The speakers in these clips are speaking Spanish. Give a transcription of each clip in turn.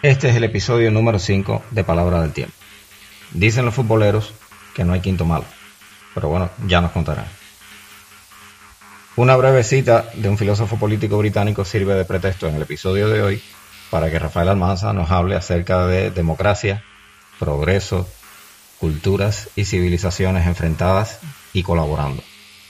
Este es el episodio número 5 de Palabra del Tiempo. Dicen los futboleros que no hay quinto malo, pero bueno, ya nos contarán. Una breve cita de un filósofo político británico sirve de pretexto en el episodio de hoy para que Rafael Almanza nos hable acerca de democracia, progreso, culturas y civilizaciones enfrentadas y colaborando.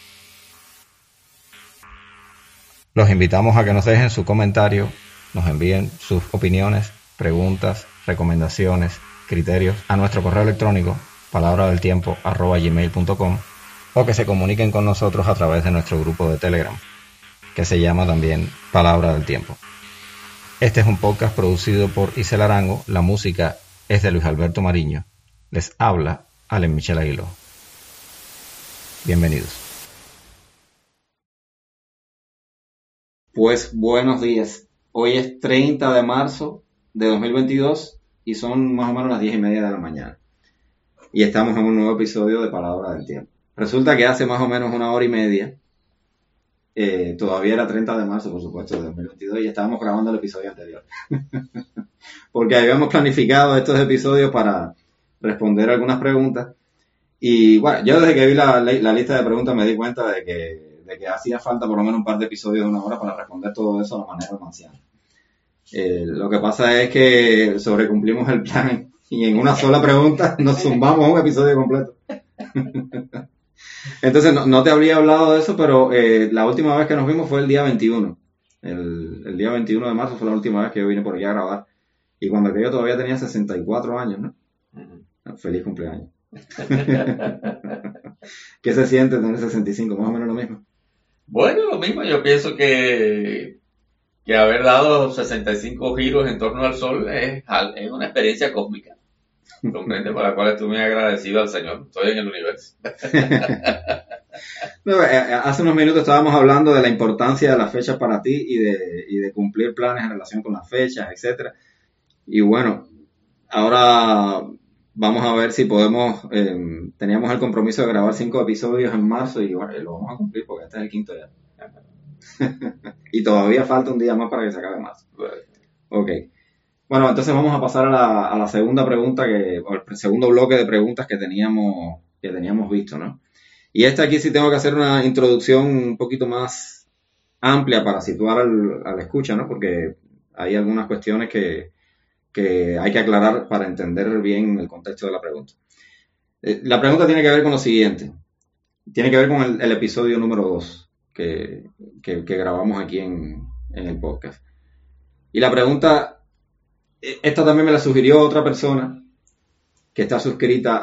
Los invitamos a que nos dejen su comentario, nos envíen sus opiniones, preguntas, recomendaciones, criterios a nuestro correo electrónico palabradeltiempo@gmail.com o que se comuniquen con nosotros a través de nuestro grupo de Telegram, que se llama también Palabra del Tiempo. Este es un podcast producido por Isel Arango, la música es de Luis Alberto Mariño. Les habla Allen Michel Aguiló. Bienvenidos. Pues buenos días. Hoy es 30 de marzo de 2022 y son más o menos las 10:30 de la mañana. Y estamos en un nuevo episodio de Palabra del Tiempo. Resulta que hace más o menos una hora y media, todavía era 30 de marzo, por supuesto, de 2022, y estábamos grabando el episodio anterior. Porque habíamos planificado estos episodios para responder algunas preguntas. Y bueno, yo desde que vi la lista de preguntas me di cuenta de que hacía falta por lo menos un par de episodios de una hora para responder todo eso de manera marciana. Lo que pasa es que sobrecumplimos el plan y en una sola pregunta nos zumbamos un episodio completo. Entonces no te habría hablado de eso, pero la última vez que nos vimos fue el día 21. El día 21 de marzo fue la última vez que yo vine por aquí a grabar. Y cuando yo todavía tenía 64 años, ¿no? Feliz cumpleaños. ¿Qué se siente tener 65? Más o menos lo mismo. Bueno, lo mismo, yo pienso que haber dado 65 giros en torno al Sol es una experiencia cósmica, comprende, por la cual estoy muy agradecido al Señor, estoy en el universo. Hace unos minutos estábamos hablando de la importancia de las fechas para ti y de cumplir planes en relación con las fechas, etcétera. Y bueno, ahora vamos a ver si podemos, teníamos el compromiso de grabar 5 episodios en marzo y bueno, lo vamos a cumplir porque este es el quinto ya. Y todavía falta un día más para que se acabe marzo. Ok. Bueno, entonces vamos a pasar a la segunda pregunta, o el segundo bloque de preguntas que teníamos visto, ¿no? Y aquí sí tengo que hacer una introducción un poquito más amplia para situar al escucha, ¿no? Porque hay algunas cuestiones que hay que aclarar para entender bien el contexto de la pregunta. La pregunta tiene que ver con lo siguiente. Tiene que ver con el episodio número 2 que grabamos aquí en el podcast. Y la pregunta, esta también me la sugirió otra persona que está suscrita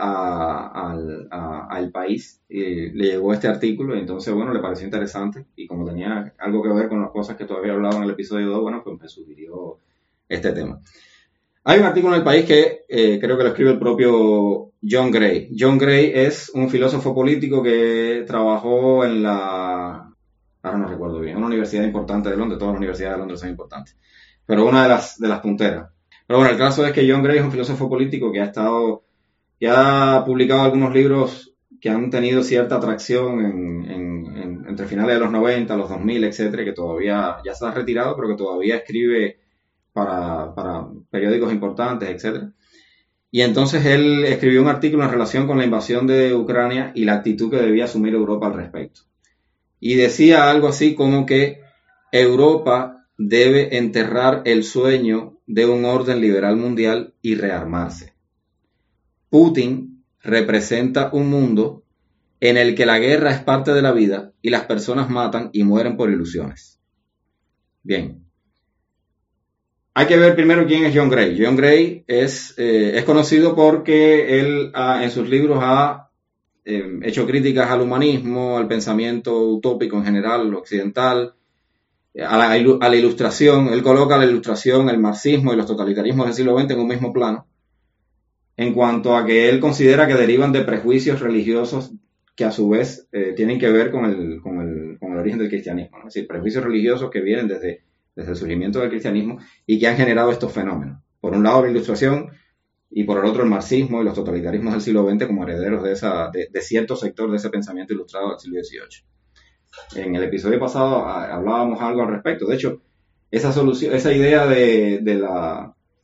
al País. Y le llegó este artículo y entonces, bueno, le pareció interesante. Y como tenía algo que ver con las cosas que todavía hablado en el episodio 2, bueno, pues me sugirió este tema. Hay un artículo en El País que creo que lo escribe el propio John Gray. John Gray es un filósofo político que trabajó en ahora no recuerdo bien, una universidad importante de Londres. Todas las universidades de Londres son importantes, pero una de las punteras. Pero bueno, el caso es que John Gray es un filósofo político que ha publicado algunos libros que han tenido cierta atracción entre finales de los 90, los 2000, etcétera, que todavía ya se ha retirado, pero que todavía escribe para periódicos importantes, etcétera. Y entonces él escribió un artículo en relación con la invasión de Ucrania y la actitud que debía asumir Europa al respecto. Y decía algo así como que Europa debe enterrar el sueño de un orden liberal mundial y rearmarse. Putin representa un mundo en el que la guerra es parte de la vida y las personas matan y mueren por ilusiones. Bien. Hay que ver primero quién es John Gray. John Gray es conocido porque él en sus libros ha hecho críticas al humanismo, al pensamiento utópico en general, occidental, a la ilustración. Él coloca la ilustración, el marxismo y los totalitarismos del siglo XX en un mismo plano, en cuanto a que él considera que derivan de prejuicios religiosos que a su vez tienen que ver con el origen del cristianismo, ¿no? Es decir, prejuicios religiosos que vienen desde el surgimiento del cristianismo y que han generado estos fenómenos. Por un lado la ilustración y por el otro el marxismo y los totalitarismos del siglo XX como herederos de cierto sector de ese pensamiento ilustrado del siglo XVIII. En el episodio pasado hablábamos algo al respecto. De hecho, esa idea de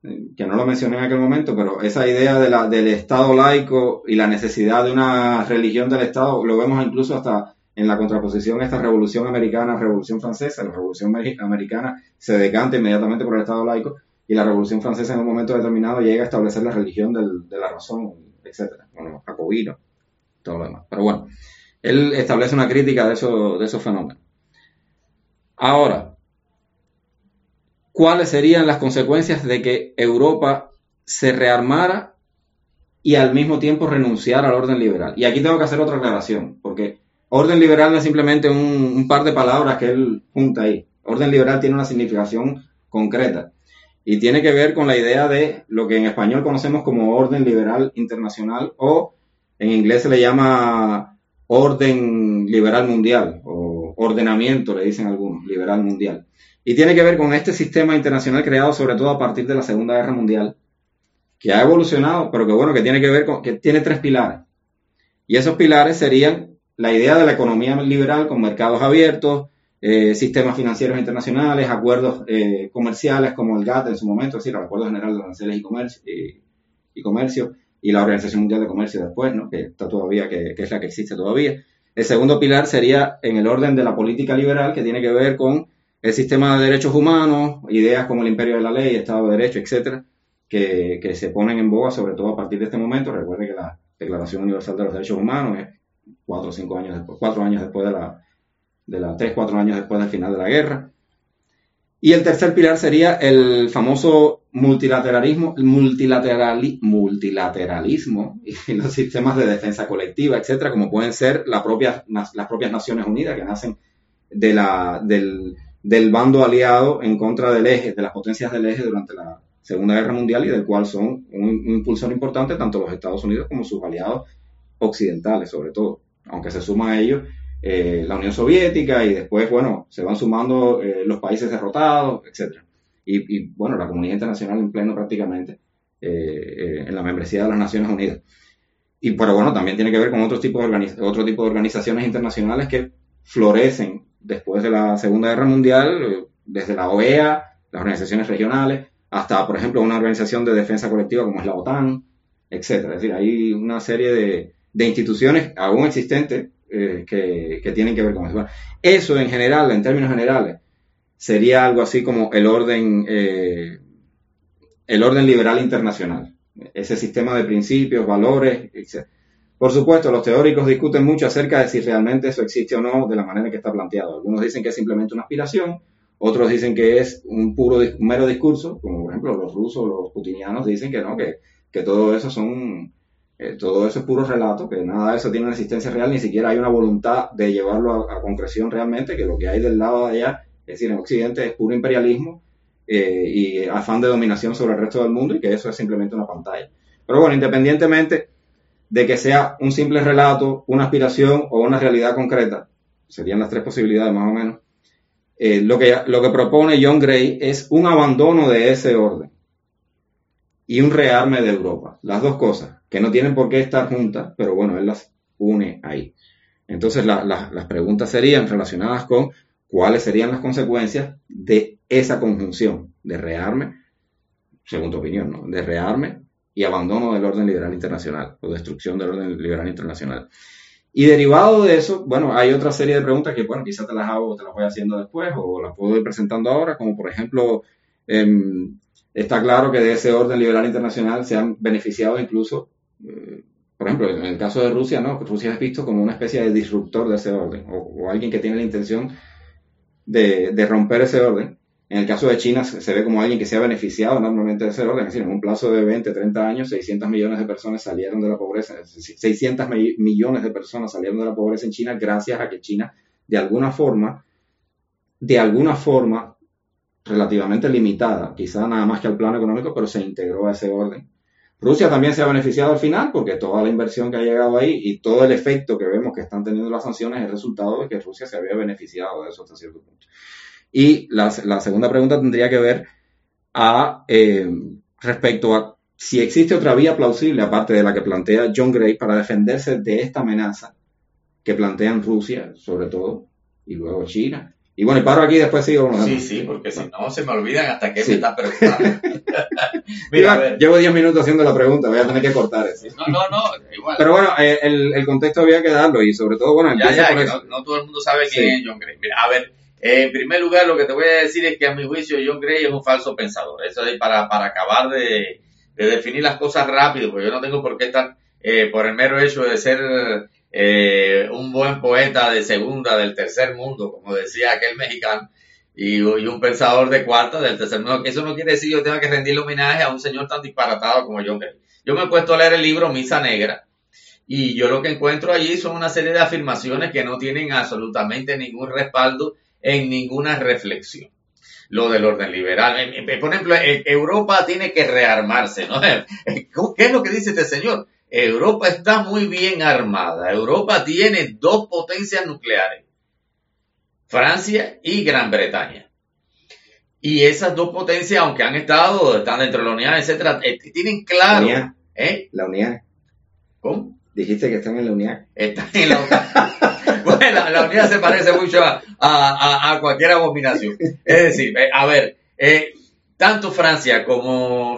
que no lo mencioné en aquel momento, pero esa idea del Estado laico y la necesidad de una religión del Estado, lo vemos incluso hasta en la contraposición a esta Revolución Americana, Revolución Francesa. La Revolución Americana se decanta inmediatamente por el Estado laico, y la Revolución Francesa en un momento determinado llega a establecer la religión de la razón, etcétera. Bueno, jacobino, todo lo demás. Pero bueno, él establece una crítica de esos fenómenos. Ahora, ¿cuáles serían las consecuencias de que Europa se rearmara y al mismo tiempo renunciara al orden liberal? Y aquí tengo que hacer otra aclaración, porque orden liberal no es simplemente un par de palabras que él junta ahí. Orden liberal tiene una significación concreta y tiene que ver con la idea de lo que en español conocemos como orden liberal internacional, o en inglés se le llama orden liberal mundial, o ordenamiento, le dicen algunos, liberal mundial. Y tiene que ver con este sistema internacional creado sobre todo a partir de la Segunda Guerra Mundial, que ha evolucionado, pero que bueno, que tiene que ver con, que tiene 3 pilares. Y esos pilares serían la idea de la economía liberal con mercados abiertos, sistemas financieros internacionales, acuerdos comerciales como el GATT en su momento, es decir, el Acuerdo General de Aranceles y Comercio, y la Organización Mundial de Comercio después, ¿no? Que está todavía, que es la que existe todavía. El segundo pilar sería en el orden de la política liberal, que tiene que ver con el sistema de derechos humanos, ideas como el imperio de la ley, Estado de Derecho, etcétera, que se ponen en boga sobre todo a partir de este momento. Recuerde que la Declaración Universal de los Derechos Humanos es 4 años después de la 3-4 años después del final de la guerra. Y el tercer pilar sería el famoso multilateralismo y los sistemas de defensa colectiva, etcétera, como pueden ser las propias Naciones Unidas, que nacen del bando aliado en contra del eje, de las potencias del eje durante la Segunda Guerra Mundial, y del cual son un impulsor importante tanto los Estados Unidos como sus aliados occidentales, sobre todo, aunque se suma a ellos la Unión Soviética, y después, bueno, se van sumando los países derrotados, etcétera. Y bueno, la comunidad internacional en pleno prácticamente en la membresía de las Naciones Unidas. Pero bueno, también tiene que ver con otro tipo de organizaciones internacionales que florecen después de la Segunda Guerra Mundial, desde la OEA, las organizaciones regionales, hasta, por ejemplo, una organización de defensa colectiva como es la OTAN, etcétera. Es decir, hay una serie de instituciones aún existentes que tienen que ver con eso. Bueno, eso en general, en términos generales, sería algo así como el orden liberal internacional, ese sistema de principios, valores, etc. Por supuesto, los teóricos discuten mucho acerca de si realmente eso existe o no de la manera en que está planteado. Algunos dicen que es simplemente una aspiración, otros dicen que es un mero discurso, como por ejemplo los rusos, los putinianos dicen que no, que todo eso todo eso es puro relato, que nada de eso tiene una existencia real, ni siquiera hay una voluntad de llevarlo a concreción realmente, que lo que hay del lado de allá, es decir, en Occidente, es puro imperialismo y afán de dominación sobre el resto del mundo, y que eso es simplemente una pantalla. Pero bueno, independientemente de que sea un simple relato, una aspiración o una realidad concreta, serían las 3 posibilidades más o menos, lo que propone John Gray es un abandono de ese orden y un rearme de Europa. Las dos cosas, que no tienen por qué estar juntas, pero bueno, él las une ahí. Entonces las preguntas serían relacionadas con cuáles serían las consecuencias de esa conjunción de rearme, según tu opinión, ¿no? De rearme y abandono del orden liberal internacional, o destrucción del orden liberal internacional. Y derivado de eso, bueno, hay otra serie de preguntas que, bueno, quizás te las voy haciendo después, o las puedo ir presentando ahora, como por ejemplo, está claro que de ese orden liberal internacional se han beneficiado incluso, por ejemplo, en el caso de Rusia, ¿no? Rusia es visto como una especie de disruptor de ese orden, o alguien que tiene la intención de romper ese orden. En el caso de China se ve como alguien que se ha beneficiado enormemente de ese orden, es decir, en un plazo de 20, 30 años, 600 millones de personas salieron de la pobreza, 600 millones de personas salieron de la pobreza en China gracias a que China, de alguna forma, relativamente limitada, quizá nada más que al plano económico, pero se integró a ese orden. Rusia también se ha beneficiado al final, porque toda la inversión que ha llegado ahí y todo el efecto que vemos que están teniendo las sanciones es el resultado de que Rusia se había beneficiado de eso hasta cierto punto. Y la segunda pregunta tendría que ver respecto a si existe otra vía plausible, aparte de la que plantea John Gray, para defenderse de esta amenaza que plantean Rusia, sobre todo, y luego China, Y bueno, y paro aquí y después sigo. Sí, porque si no se me olvidan hasta que me está preguntando. Mira, a ver. Llevo 10 minutos haciendo la pregunta, voy a tener que cortar eso. No, igual. Pero bueno, el contexto había que darlo y sobre todo, bueno, por eso. No todo el mundo sabe quién es John Gray. Mira, a ver, en primer lugar, lo que te voy a decir es que a mi juicio John Gray es un falso pensador. Eso es para acabar de definir las cosas rápido, porque yo no tengo por qué estar por el mero hecho de ser un buen poeta de segunda, del tercer mundo, como decía aquel mexicano, y un pensador de cuarta, del tercer mundo, que eso no quiere decir que yo tenga que rendirle homenaje a un señor tan disparatado como John Gray. Yo me he puesto a leer el libro Misa Negra, y yo lo que encuentro allí son una serie de afirmaciones que no tienen absolutamente ningún respaldo en ninguna reflexión. Lo del orden liberal. Por ejemplo, Europa tiene que rearmarse, ¿no? ¿Qué es lo que dice este señor? Europa está muy bien armada. Europa tiene 2 potencias nucleares, Francia y Gran Bretaña. Y esas 2 potencias, aunque están dentro de la unidad, etcétera, tienen claro. La unidad. ¿Cómo? Dijiste que están en la unidad. Están en la unidad. Bueno, la unidad se parece mucho a cualquier abominación. Es decir, a ver, tanto Francia como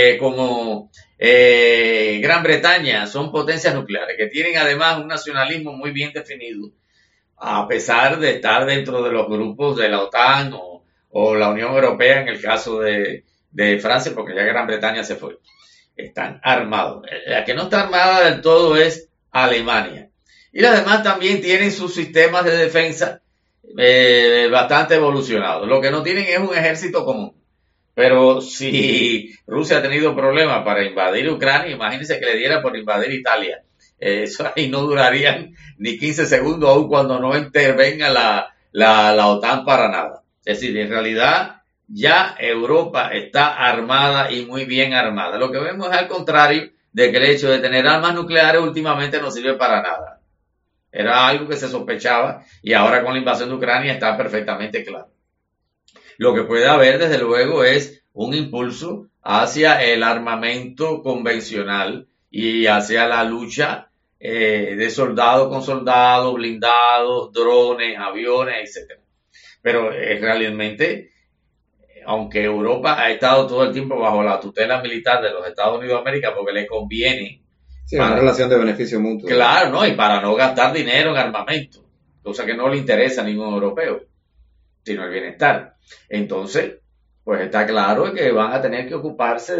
Gran Bretaña son potencias nucleares que tienen además un nacionalismo muy bien definido, a pesar de estar dentro de los grupos de la OTAN o la Unión Europea en el caso de Francia, porque ya Gran Bretaña se fue. Están armados. La que no está armada del todo es Alemania. Y las demás también tienen sus sistemas de defensa bastante evolucionados. Lo que no tienen es un ejército común. Pero si Rusia ha tenido problemas para invadir Ucrania, imagínense que le diera por invadir Italia. Eso ahí no durarían ni 15 segundos, aun cuando no intervenga la OTAN para nada. Es decir, en realidad ya Europa está armada y muy bien armada. Lo que vemos es al contrario de que el hecho de tener armas nucleares últimamente no sirve para nada. Era algo que se sospechaba y ahora con la invasión de Ucrania está perfectamente claro. Lo que puede haber, desde luego, es un impulso hacia el armamento convencional y hacia la lucha de soldado con soldado, blindados, drones, aviones, etc. Pero realmente, aunque Europa ha estado todo el tiempo bajo la tutela militar de los Estados Unidos de América porque le conviene. Sí, una relación de beneficio mutuo. Claro, ¿no? Y para no gastar dinero en armamento, cosa que no le interesa a ningún europeo, sino el bienestar. Entonces, pues está claro que van a tener que ocuparse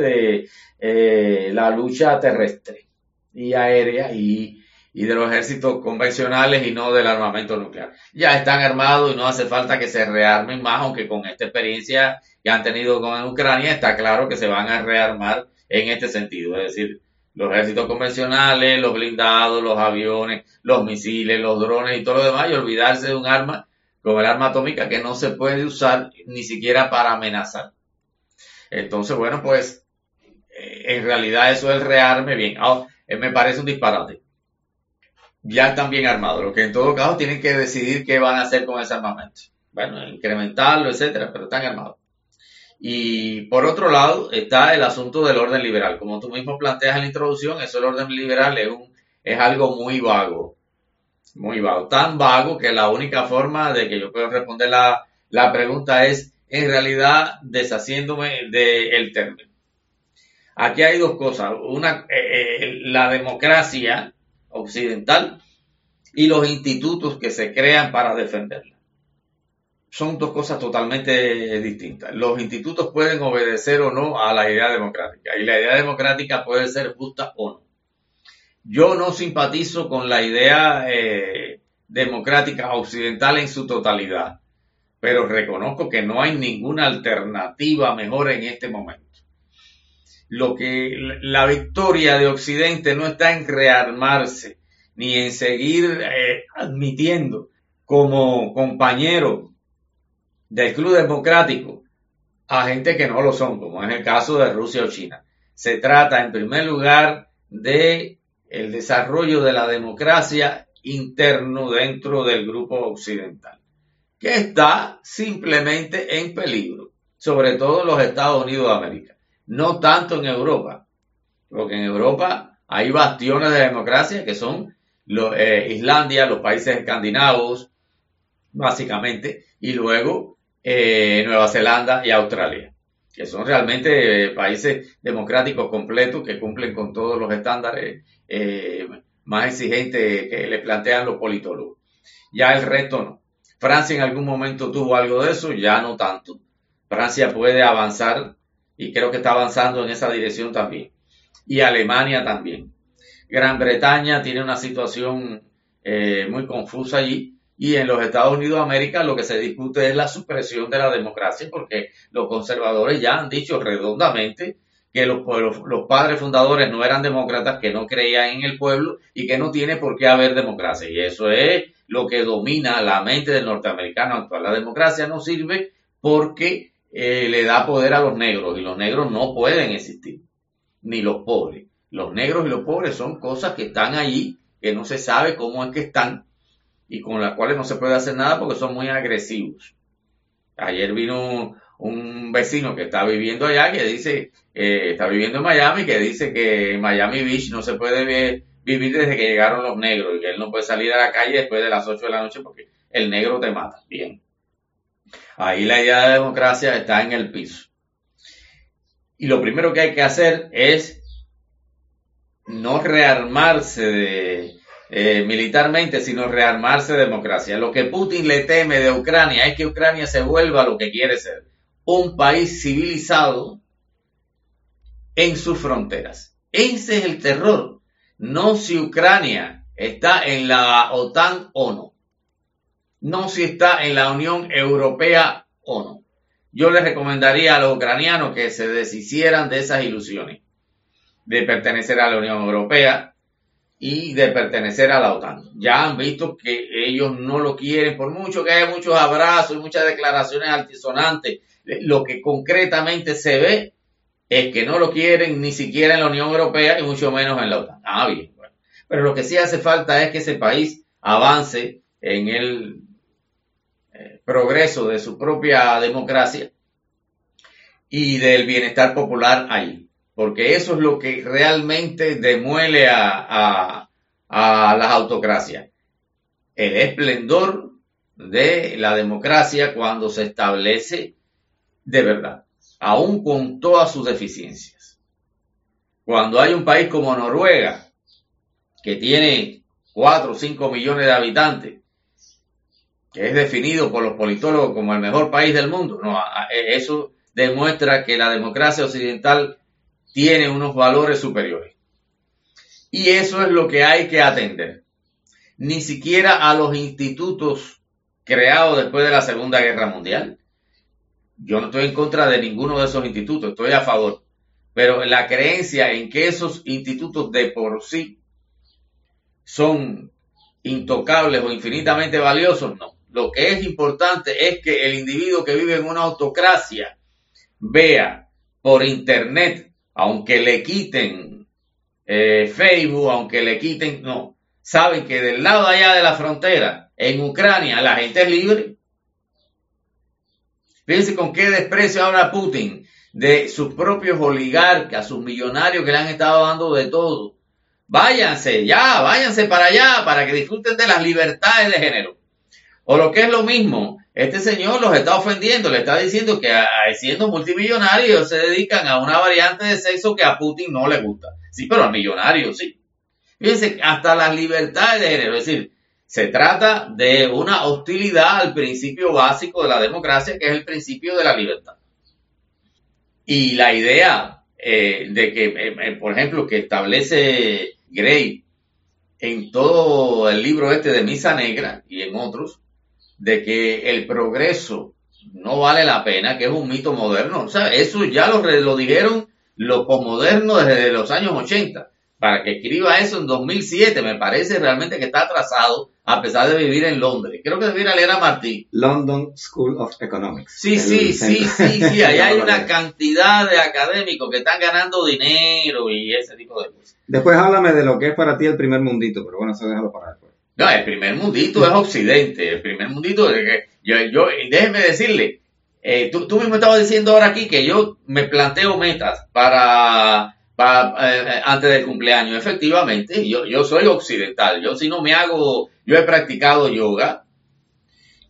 de la lucha terrestre y aérea y de los ejércitos convencionales y no del armamento nuclear. Ya están armados y no hace falta que se rearmen más, aunque con esta experiencia que han tenido con Ucrania está claro que se van a rearmar en este sentido, es decir, los ejércitos convencionales, los blindados, los aviones, los misiles, los drones y todo lo demás, y olvidarse de un arma como el arma atómica que no se puede usar ni siquiera para amenazar. Entonces, bueno, pues en realidad eso es el rearme bien. Me parece un disparate. Ya están bien armados, lo que en todo caso tienen que decidir qué van a hacer con ese armamento. Bueno, incrementarlo, etcétera, pero están armados. Y por otro lado está el asunto del orden liberal. Como tú mismo planteas en la introducción, eso del orden liberal es algo muy vago. Muy vago. Tan vago que la única forma de que yo pueda responder la pregunta es, en realidad, deshaciéndome del término. Aquí hay 2 cosas. Una, la democracia occidental y los institutos que se crean para defenderla. Son 2 cosas totalmente distintas. Los institutos pueden obedecer o no a la idea democrática y la idea democrática puede ser justa o no. Yo no simpatizo con la idea democrática occidental en su totalidad, pero reconozco que no hay ninguna alternativa mejor en este momento. La victoria de Occidente no está en rearmarse, ni en seguir admitiendo como compañero del Club Democrático a gente que no lo son, como es el caso de Rusia o China. Se trata, en primer lugar, de el desarrollo de la democracia interno dentro del grupo occidental, que está simplemente en peligro, sobre todo en los Estados Unidos de América, no tanto en Europa, porque en Europa hay bastiones de democracia que son Islandia, los países escandinavos, básicamente, y luego Nueva Zelanda y Australia, que son realmente países democráticos completos que cumplen con todos los estándares más exigentes que le plantean los politólogos. Ya el resto no. Francia en algún momento tuvo algo de eso, ya no tanto. Francia puede avanzar y creo que está avanzando en esa dirección también. Y Alemania también. Gran Bretaña tiene una situación muy confusa allí. Y en los Estados Unidos de América lo que se discute es la supresión de la democracia, porque los conservadores ya han dicho redondamente que los padres fundadores no eran demócratas, que no creían en el pueblo y que no tiene por qué haber democracia. Y eso es lo que domina la mente del norteamericano actual. La democracia no sirve porque le da poder a los negros, y los negros no pueden existir, ni los pobres. Los negros y los pobres son cosas que están allí, que no se sabe cómo es que están, y con las cuales no se puede hacer nada porque son muy agresivos. Ayer vino un vecino que está viviendo allá, que dice, está viviendo en Miami, que dice que en Miami Beach no se puede vivir desde que llegaron los negros, y que él no puede salir a la calle después de las 8 de la noche porque el negro te mata. Bien. Ahí la idea de democracia está en el piso. Y lo primero que hay que hacer es no rearmarse militarmente, sino rearmarse de democracia. Lo que Putin le teme de Ucrania es que Ucrania se vuelva lo que quiere ser, un país civilizado en sus fronteras. Ese es el terror. No si Ucrania está en la OTAN o no. No si está en la Unión Europea o no. Yo les recomendaría a los ucranianos que se deshicieran de esas ilusiones de pertenecer a la Unión Europea y de pertenecer a la OTAN. Ya han visto que ellos no lo quieren, por mucho que haya muchos abrazos y muchas declaraciones altisonantes. Lo que concretamente se ve es que no lo quieren ni siquiera en la Unión Europea y mucho menos en la OTAN. Bien, bueno. Pero lo que sí hace falta es que ese país avance en el progreso de su propia democracia y del bienestar popular ahí, porque eso es lo que realmente demuele a las autocracias, el esplendor de la democracia cuando se establece de verdad, aún con todas sus deficiencias. Cuando hay un país como Noruega, que tiene 4 o 5 millones de habitantes, que es definido por los politólogos como el mejor país del mundo, no, eso demuestra que la democracia occidental tiene unos valores superiores. Y eso es lo que hay que atender. Ni siquiera a los institutos creados después de la Segunda Guerra Mundial. Yo no estoy en contra de ninguno de esos institutos, estoy a favor. Pero la creencia en que esos institutos de por sí son intocables o infinitamente valiosos, no. Lo que es importante es que el individuo que vive en una autocracia vea por internet, aunque le quiten Facebook, aunque le quiten, no, saben que del lado allá de la frontera, en Ucrania, la gente es libre. Fíjense con qué desprecio habla Putin de sus propios oligarcas, sus millonarios que le han estado dando de todo. Váyanse para allá, para que disfruten de las libertades de género. O lo que es lo mismo, este señor los está ofendiendo, le está diciendo que siendo multimillonarios se dedican a una variante de sexo que a Putin no le gusta. Sí, pero al millonario sí. Fíjense, hasta las libertades de género, es decir, se trata de una hostilidad al principio básico de la democracia, que es el principio de la libertad. Y la idea de que, por ejemplo, que establece Gray en todo el libro de Misa Negra y en otros, de que el progreso no vale la pena, que es un mito moderno. O sea, eso ya lo dijeron los posmodernos desde los años 80. Para que escriba eso en 2007, me parece realmente que está atrasado, a pesar de vivir en Londres. Creo que debiera leer a Martí. London School of Economics. Sí, allá hay una cantidad de académicos que están ganando dinero y ese tipo de cosas. Después háblame de lo que es para ti el primer mundito, pero bueno, eso déjalo para después. No, el primer mundito es Occidente. El primer mundito es que déjeme decirle, tú mismo estabas diciendo ahora aquí que yo me planteo metas para antes del cumpleaños. Efectivamente, yo soy occidental. Yo he practicado yoga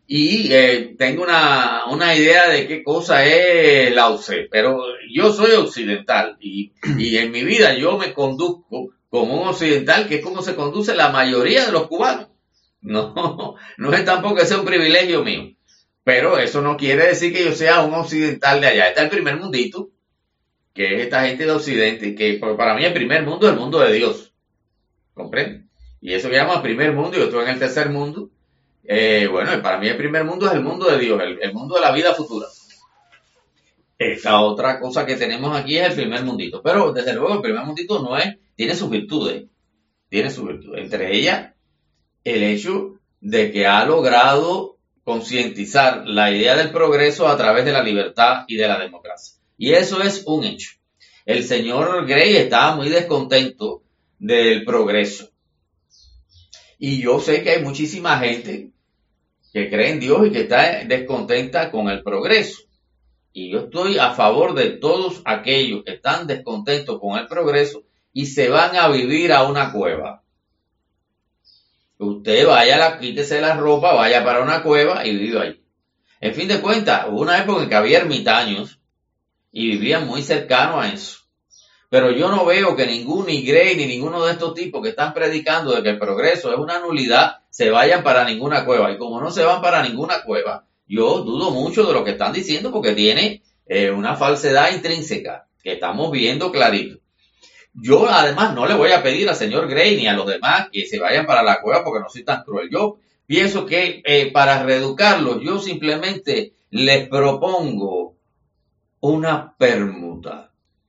Y tengo una idea de qué cosa es Lao Tse, pero yo soy occidental y en mi vida yo me conduzco como un occidental, que es como se conduce la mayoría de los cubanos. No es tampoco que sea un privilegio mío, pero eso no quiere decir que yo sea un occidental de allá. Está el primer mundito, que es esta gente de Occidente, que para mí el primer mundo es el mundo de Dios, ¿comprende? Y eso que llama primer mundo, yo estoy en el tercer mundo. Bueno, para mí el primer mundo es el mundo de Dios, el mundo de la vida futura. Esta otra cosa que tenemos aquí es el primer mundito, pero desde luego el primer mundito tiene sus virtudes, entre ellas el hecho de que ha logrado concientizar la idea del progreso a través de la libertad y de la democracia. Y eso es un hecho. El señor Gray estaba muy descontento del progreso. Y yo sé que hay muchísima gente que cree en Dios y que está descontenta con el progreso. Y yo estoy a favor de todos aquellos que están descontentos con el progreso y se van a vivir a una cueva. Usted quítese la ropa, vaya para una cueva y vive allí. En fin de cuentas, hubo una época en que había ermitaños y vivían muy cercanos a eso. Pero yo no veo que ni Gray ni ninguno de estos tipos que están predicando de que el progreso es una nulidad se vayan para ninguna cueva. Y como no se van para ninguna cueva, yo dudo mucho de lo que están diciendo porque tiene una falsedad intrínseca que estamos viendo clarito. Yo además no le voy a pedir al señor Gray ni a los demás que se vayan para la cueva porque no soy tan cruel. Yo pienso que para reeducarlos yo simplemente les propongo una permuta.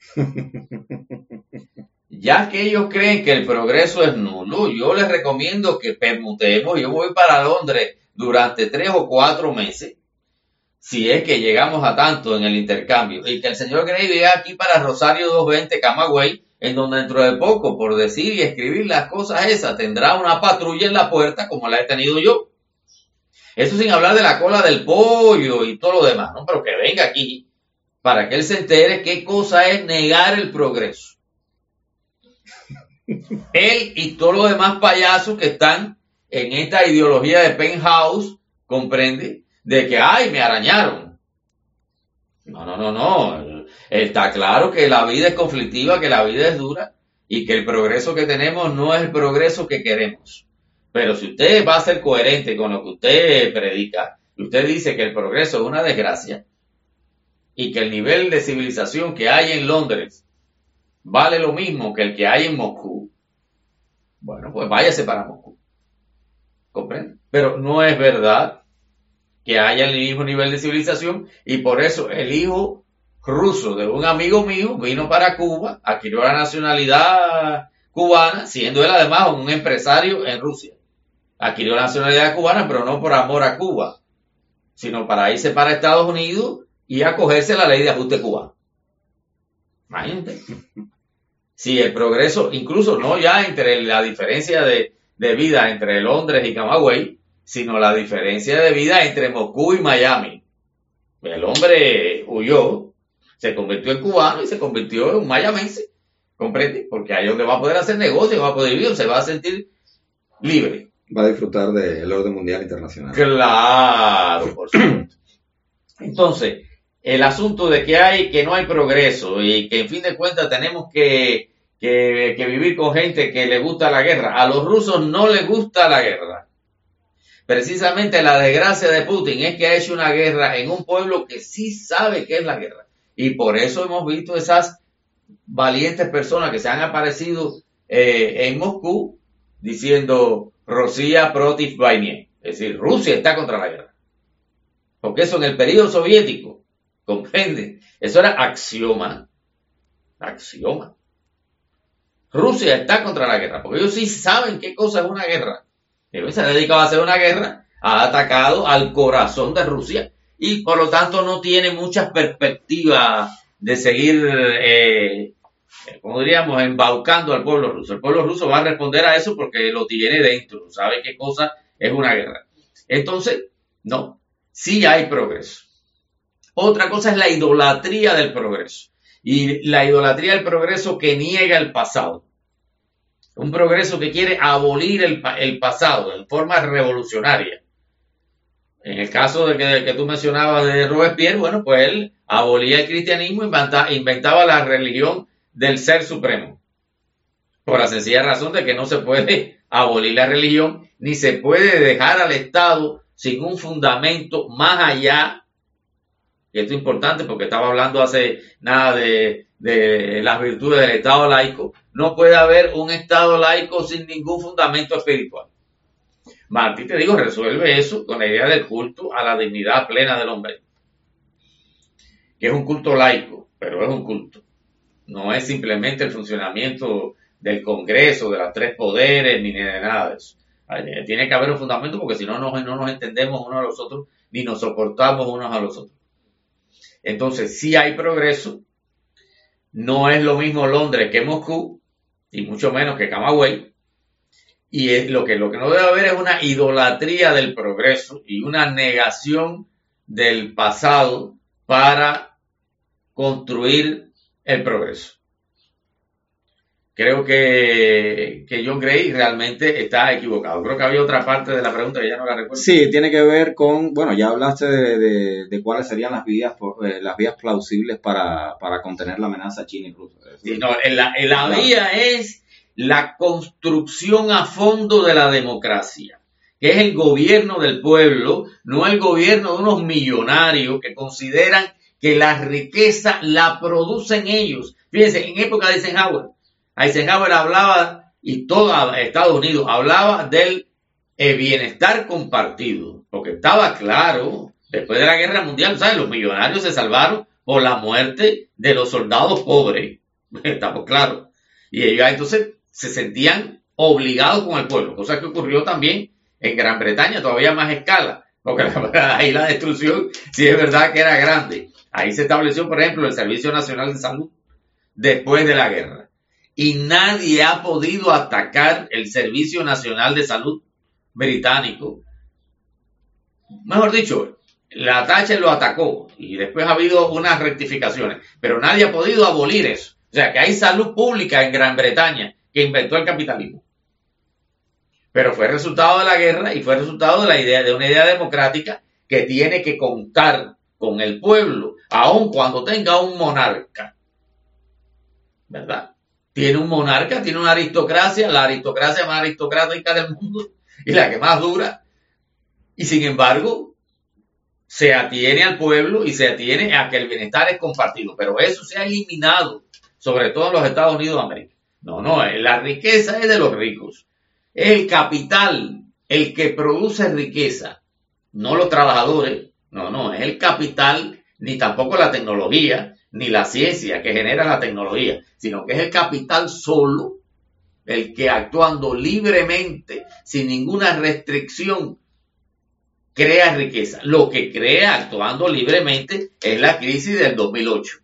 Ya que ellos creen que el progreso es nulo, yo les recomiendo que permutemos. Yo voy para Londres durante 3 o 4 meses, si es que llegamos a tanto en el intercambio, y que el señor Gray venga aquí para Rosario 220 Camagüey, en donde dentro de poco, por decir y escribir las cosas esas, tendrá una patrulla en la puerta como la he tenido yo. Eso sin hablar de la cola del pollo y todo lo demás, ¿no? Pero que venga aquí para que él se entere qué cosa es negar el progreso. Él y todos los demás payasos que están en esta ideología de penthouse, comprende, de que, ay, me arañaron. No. Está claro que la vida es conflictiva, que la vida es dura y que el progreso que tenemos no es el progreso que queremos. Pero si usted va a ser coherente con lo que usted predica, y usted dice que el progreso es una desgracia, y que el nivel de civilización que hay en Londres vale lo mismo que el que hay en Moscú, bueno, pues váyase para Moscú. ¿Comprende? Pero no es verdad que haya el mismo nivel de civilización, y por eso el hijo ruso de un amigo mío vino para Cuba, adquirió la nacionalidad cubana, siendo él además un empresario en Rusia. Adquirió la nacionalidad cubana, pero no por amor a Cuba, sino para irse para Estados Unidos y acogerse a la ley de ajuste cubano. Imagínate. Si el progreso, incluso no ya entre la diferencia de vida entre Londres y Camagüey, sino la diferencia de vida entre Moscú y Miami. El hombre huyó, se convirtió en cubano y se convirtió en un mayamense. ¿Comprende? Porque ahí es donde va a poder hacer negocio, va a poder vivir, se va a sentir libre. Va a disfrutar del orden mundial internacional. Claro, por supuesto. Entonces, el asunto de que no hay progreso y que en fin de cuentas tenemos que vivir con gente que le gusta la guerra. A los rusos no les gusta la guerra. Precisamente la desgracia de Putin es que ha hecho una guerra en un pueblo que sí sabe qué es la guerra. Y por eso hemos visto esas valientes personas que se han aparecido en Moscú diciendo Rusia protiv vойне. Es decir, Rusia está contra la guerra. Porque eso en el periodo soviético, ¿comprende? Eso era axioma. Axioma. Rusia está contra la guerra, porque ellos sí saben qué cosa es una guerra. Ellos se han dedicado a hacer una guerra, ha atacado al corazón de Rusia y por lo tanto no tiene muchas perspectivas de seguir, como diríamos, embaucando al pueblo ruso. El pueblo ruso va a responder a eso porque lo tiene dentro, sabe qué cosa es una guerra. Entonces, no, sí hay progreso. Otra cosa es la idolatría del progreso. Y la idolatría del progreso que niega el pasado. Un progreso que quiere abolir el pasado en forma revolucionaria. En el caso de que tú mencionabas de Robespierre, bueno, pues él abolía el cristianismo, inventaba la religión del ser supremo. Por la sencilla razón de que no se puede abolir la religión, ni se puede dejar al Estado sin un fundamento más allá. Y esto es importante porque estaba hablando hace nada de las virtudes del Estado laico. No puede haber un Estado laico sin ningún fundamento espiritual. Martí, te digo, resuelve eso con la idea del culto a la dignidad plena del hombre, que es un culto laico, pero es un culto. No es simplemente el funcionamiento del Congreso, de los tres poderes, ni de nada de eso. Tiene que haber un fundamento porque si no, no nos entendemos unos a los otros, ni nos soportamos unos a los otros. Entonces, sí hay progreso. No es lo mismo Londres que Moscú, y mucho menos que Camagüey. Y lo que no debe haber es una idolatría del progreso y una negación del pasado para construir el progreso. Creo que John Gray realmente está equivocado. Creo que había otra parte de la pregunta que ya no la recuerdo. Sí, tiene que ver con, bueno, ya hablaste de cuáles serían las vías plausibles para contener la amenaza china y rusa. Sí, no, la vía es la construcción a fondo de la democracia, que es el gobierno del pueblo, no el gobierno de unos millonarios que consideran que la riqueza la producen ellos. Fíjense, en época de Eisenhower hablaba, y todo Estados Unidos hablaba del bienestar compartido, porque estaba claro, después de la Guerra Mundial, ¿sabes? Los millonarios se salvaron por la muerte de los soldados pobres, estamos claros, y ellos entonces se sentían obligados con el pueblo, cosa que ocurrió también en Gran Bretaña, todavía más escala, porque ahí la destrucción sí es verdad que era grande. Ahí se estableció, por ejemplo, el Servicio Nacional de Salud después de la guerra. Y nadie ha podido atacar el Servicio Nacional de Salud británico. Mejor dicho, la Thatcher lo atacó y después ha habido unas rectificaciones, pero nadie ha podido abolir eso. O sea, que hay salud pública en Gran Bretaña que inventó el capitalismo. Pero fue resultado de la guerra y fue resultado de una idea democrática que tiene que contar con el pueblo, aun cuando tenga un monarca. ¿Verdad? Tiene un monarca, tiene una aristocracia, la aristocracia más aristocrática del mundo y la que más dura. Y sin embargo, se atiene al pueblo y se atiene a que el bienestar es compartido. Pero eso se ha eliminado, sobre todo en los Estados Unidos de América. No, la riqueza es de los ricos. Es el capital el que produce riqueza, no los trabajadores. No, es el capital, ni tampoco la tecnología, ni la ciencia que genera la tecnología, sino que es el capital solo el que actuando libremente, sin ninguna restricción, crea riqueza. Lo que crea actuando libremente es la crisis del 2008.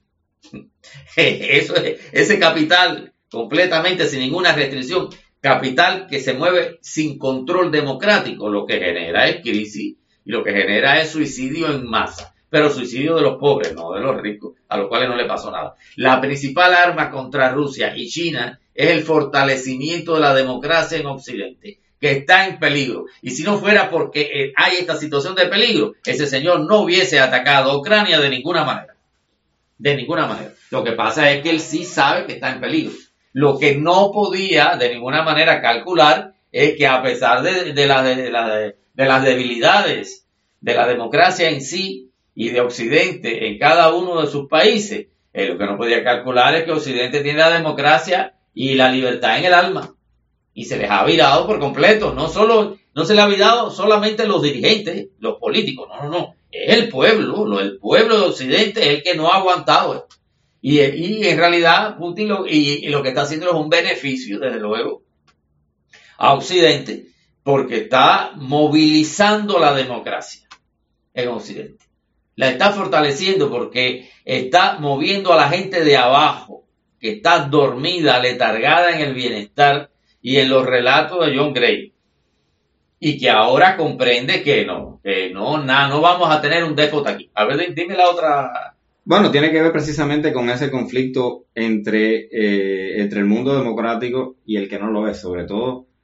Ese capital completamente sin ninguna restricción, capital que se mueve sin control democrático, lo que genera es crisis y lo que genera es suicidio en masa, pero suicidio de los pobres, no de los ricos, a los cuales no le pasó nada. La principal arma contra Rusia y China es el fortalecimiento de la democracia en Occidente, que está en peligro. Y si no fuera porque hay esta situación de peligro, ese señor no hubiese atacado a Ucrania de ninguna manera. De ninguna manera. Lo que pasa es que él sí sabe que está en peligro. Lo que no podía de ninguna manera calcular es que a pesar de las debilidades de la democracia en sí y de Occidente en cada uno de sus países, lo que no podía calcular es que Occidente tiene la democracia y la libertad en el alma. Y se les ha virado por completo. No se le ha virado solamente los dirigentes, los políticos. No. Es el pueblo. El pueblo de Occidente es el que no ha aguantado esto. Y en realidad Putin lo que está haciendo es un beneficio, desde luego, a Occidente, porque está movilizando la democracia en Occidente. La está fortaleciendo porque está moviendo a la gente de abajo, que está dormida, letargada en el bienestar y en los relatos de John Gray. Y que ahora comprende que no vamos a tener un déspota aquí. A ver, dime la otra. Bueno, tiene que ver precisamente con ese conflicto entre el mundo democrático y el que no lo es, sobre todo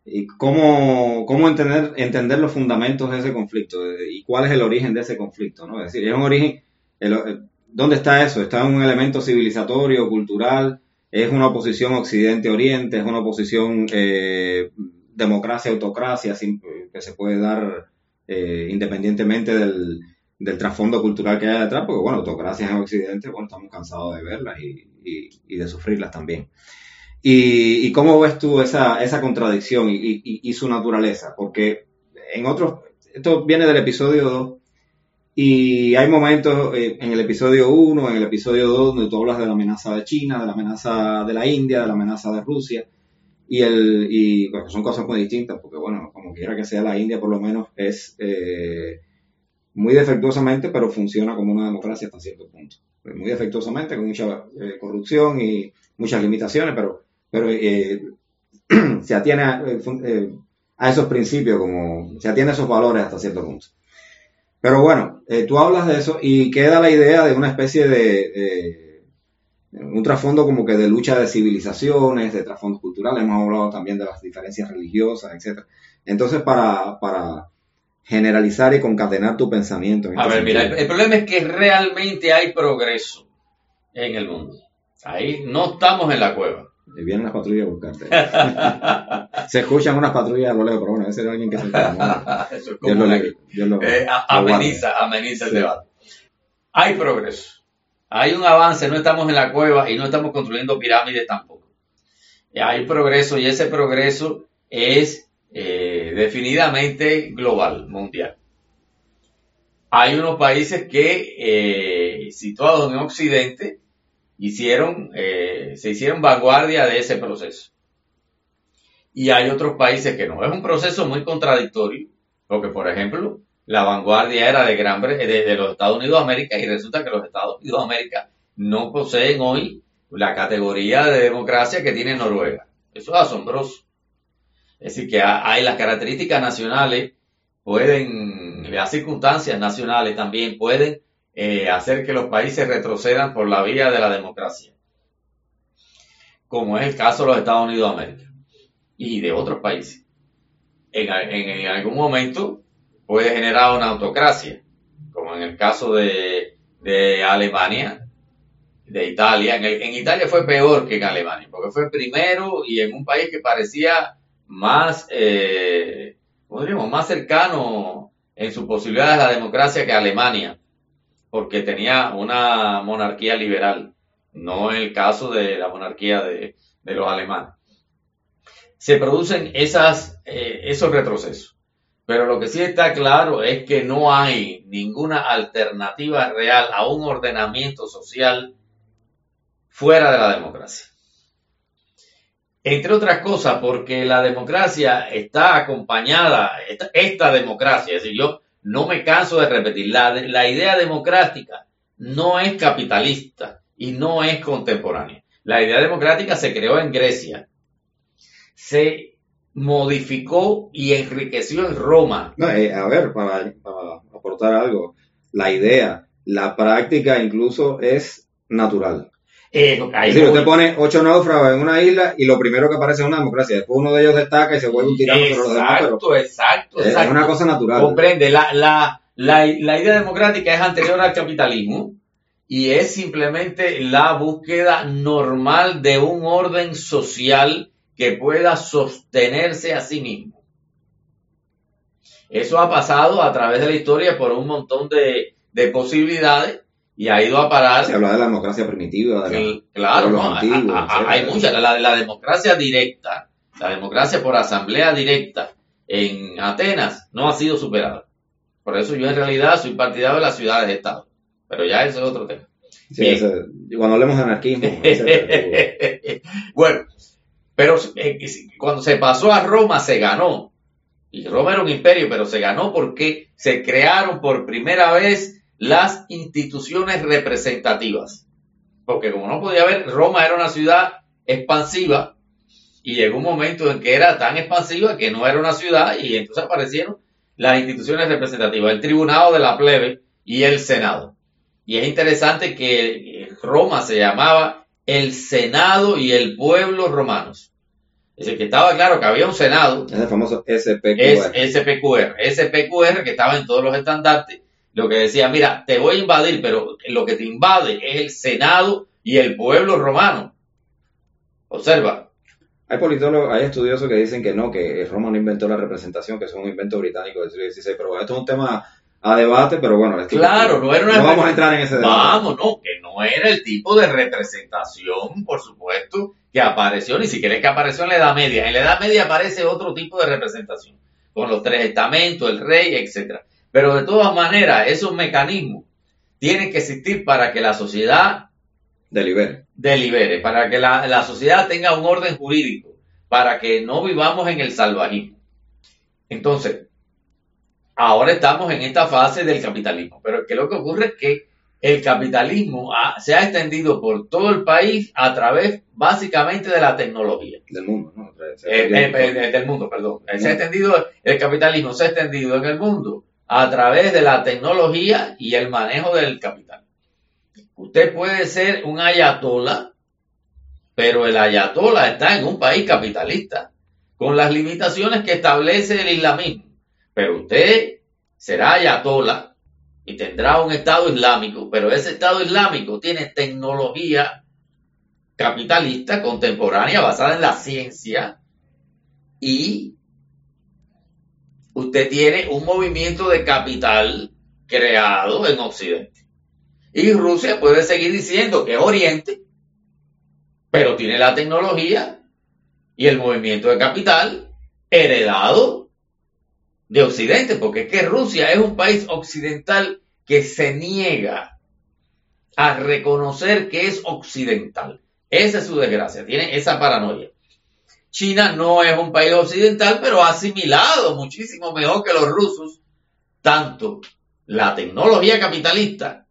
y cómo entender los fundamentos de ese conflicto y cuál es el origen de ese conflicto, ¿no? Es decir, es un origen, ¿dónde está eso? ¿Está en un elemento civilizatorio, cultural? ¿Es una oposición occidente-oriente? ¿Es una oposición democracia-autocracia que se puede dar independientemente del trasfondo cultural que haya detrás? Porque, bueno, autocracias en Occidente, bueno, estamos cansados de verlas y de sufrirlas también. ¿Y cómo ves tú esa contradicción y su naturaleza? Porque esto viene del episodio 2, y hay momentos en el episodio 1, en el episodio 2, donde tú hablas de la amenaza de China, de la amenaza de la India, de la amenaza de Rusia, y bueno, son cosas muy distintas, porque bueno, como quiera que sea, la India por lo menos es muy defectuosamente, pero funciona como una democracia hasta cierto punto. Muy defectuosamente, con mucha corrupción y muchas limitaciones, pero se atiene a esos principios, como se atiene a esos valores hasta cierto punto. Pero bueno, tú hablas de eso y queda la idea de una especie de un trasfondo como que de lucha de civilizaciones, de trasfondos culturales. Hemos hablado también de las diferencias religiosas, etcétera. Entonces, para generalizar y concatenar tu pensamiento. A ver, mira, el problema es que realmente hay progreso en el mundo. Ahí no estamos en la cueva. Y vienen las patrullas a buscarte. Se escuchan unas patrullas a lo lejos, pero bueno, ese era alguien que se encarga. Eso es como ameniza el debate. Hay progreso. Hay un avance, no estamos en la cueva y no estamos construyendo pirámides tampoco. Hay progreso y ese progreso es definidamente global, mundial. Hay unos países que, situados en Occidente, se hicieron vanguardia de ese proceso. Y hay otros países que no. Es un proceso muy contradictorio, porque, por ejemplo, la vanguardia era de los Estados Unidos de América, y resulta que los Estados Unidos de América no poseen hoy la categoría de democracia que tiene Noruega. Eso es asombroso. Es decir, que hay las características nacionales, las circunstancias nacionales también pueden hacer que los países retrocedan por la vía de la democracia, como es el caso de los Estados Unidos de América y de otros países. En algún momento puede generar una autocracia, como en el caso de Alemania, de Italia. En Italia fue peor que en Alemania, porque fue primero y en un país que parecía más cercano en sus posibilidades a la democracia que Alemania, porque tenía una monarquía liberal, no en el caso de la monarquía de los alemanes. Se producen esos retrocesos, pero lo que sí está claro es que no hay ninguna alternativa real a un ordenamiento social fuera de la democracia. Entre otras cosas, porque la democracia está acompañada, esta democracia, es decir, yo no me canso de repetir, la idea democrática no es capitalista y no es contemporánea. La idea democrática se creó en Grecia, se modificó y enriqueció en Roma. No, a ver, para aportar algo, la práctica incluso es natural. Es decir, usted pone 8 náufragos en una isla y lo primero que aparece es una democracia. Después uno de ellos destaca y se vuelve un tirano sobre los demás. Exacto. Es una cosa natural. Comprende, la idea democrática es anterior al capitalismo y es simplemente la búsqueda normal de un orden social que pueda sostenerse a sí mismo. Eso ha pasado a través de la historia por un montón de posibilidades. Y ha ido a parar. Se habla de la democracia primitiva. Claro, no, hay muchas. La democracia directa, la democracia por asamblea directa en Atenas no ha sido superada. Por eso yo en realidad soy partidario de las ciudades-estado. Pero ya eso es otro tema. Sí, cuando hablemos de anarquismo. Bueno, pero cuando se pasó a Roma se ganó. Y Roma era un imperio, pero se ganó porque se crearon por primera vez las instituciones representativas. Porque como no podía haber, Roma era una ciudad expansiva y llegó un momento en que era tan expansiva que no era una ciudad y entonces aparecieron las instituciones representativas, el tribunado de la plebe y el senado. Y es interesante que Roma se llamaba el Senado y el pueblo romanos. Es decir, que estaba claro que había un Senado. Es el famoso SPQR. SPQR que estaba en todos los estandartes. Lo que decía, mira, te voy a invadir, pero lo que te invade es el Senado y el pueblo romano. Observa. Hay politólogos, hay estudiosos que dicen que no, que Roma no inventó la representación, que es un invento británico del siglo XVI, pero esto es un tema a debate, pero bueno. Claro, no era una... No vamos a entrar en ese debate. Vamos, no, que no era el tipo de representación, por supuesto, que apareció, ni siquiera es que apareció en la Edad Media. En la Edad Media aparece otro tipo de representación, con los 3 estamentos, el rey, etcétera. Pero de todas maneras, esos mecanismos tienen que existir para que la sociedad delibere, para que la sociedad tenga un orden jurídico, para que no vivamos en el salvajismo. Entonces, ahora estamos en esta fase del capitalismo, pero que lo que ocurre es que el capitalismo se ha extendido por todo el país a través básicamente de la tecnología. Del mundo, ¿no? Del mundo, perdón. El capitalismo se ha extendido en el mundo a través de la tecnología y el manejo del capital. Usted puede ser un ayatolá, pero el ayatolá está en un país capitalista, con las limitaciones que establece el islamismo. Pero usted será ayatolá y tendrá un Estado islámico, pero ese Estado islámico tiene tecnología capitalista contemporánea basada en la ciencia y usted tiene un movimiento de capital creado en Occidente. Y Rusia puede seguir diciendo que es Oriente, pero tiene la tecnología y el movimiento de capital heredado de Occidente, porque es que Rusia es un país occidental que se niega a reconocer que es occidental. Esa es su desgracia, tiene esa paranoia. China no es un país occidental, pero ha asimilado muchísimo mejor que los rusos tanto la tecnología capitalista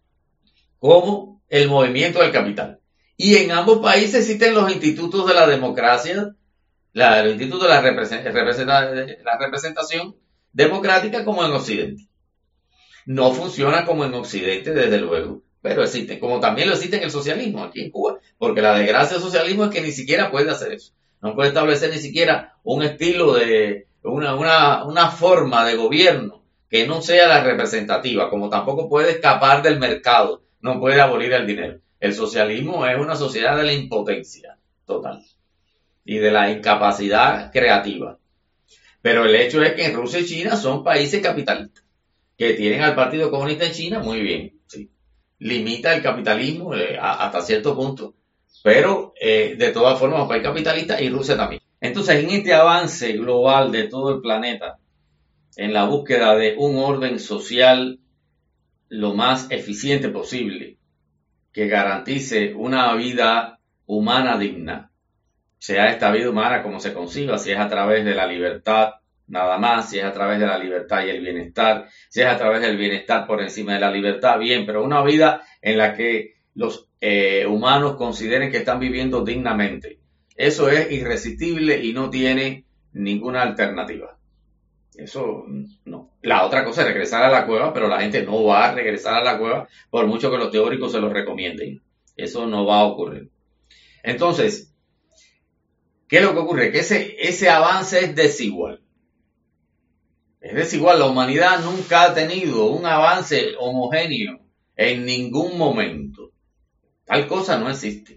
como el movimiento del capital. Y en ambos países existen los institutos de la democracia, el instituto de la representación democrática como en Occidente. No funciona como en Occidente, desde luego, pero existen, como también lo existe en el socialismo aquí en Cuba, porque la desgracia del socialismo es que ni siquiera puede hacer eso. No puede establecer ni siquiera un estilo de, una forma de gobierno que no sea la representativa, como tampoco puede escapar del mercado, no puede abolir el dinero. El socialismo es una sociedad de la impotencia total y de la incapacidad creativa. Pero el hecho es que en Rusia y China son países capitalistas, que tienen al Partido Comunista en China muy bien, sí. Limita el capitalismo hasta cierto punto, pero de todas formas es un país capitalista y Rusia también. Entonces, en este avance global de todo el planeta, en la búsqueda de un orden social lo más eficiente posible, que garantice una vida humana digna, sea esta vida humana como se conciba, si es a través de la libertad nada más, si es a través de la libertad y el bienestar, si es a través del bienestar por encima de la libertad, bien, pero una vida en la que los humanos consideren que están viviendo dignamente. Eso es irresistible y no tiene ninguna alternativa. Eso no. La otra cosa es regresar a la cueva, pero la gente no va a regresar a la cueva por mucho que los teóricos se lo recomienden. Eso no va a ocurrir. Entonces, ¿qué es lo que ocurre? Que ese avance es desigual. Es desigual. La humanidad nunca ha tenido un avance homogéneo en ningún momento. Tal cosa no existe.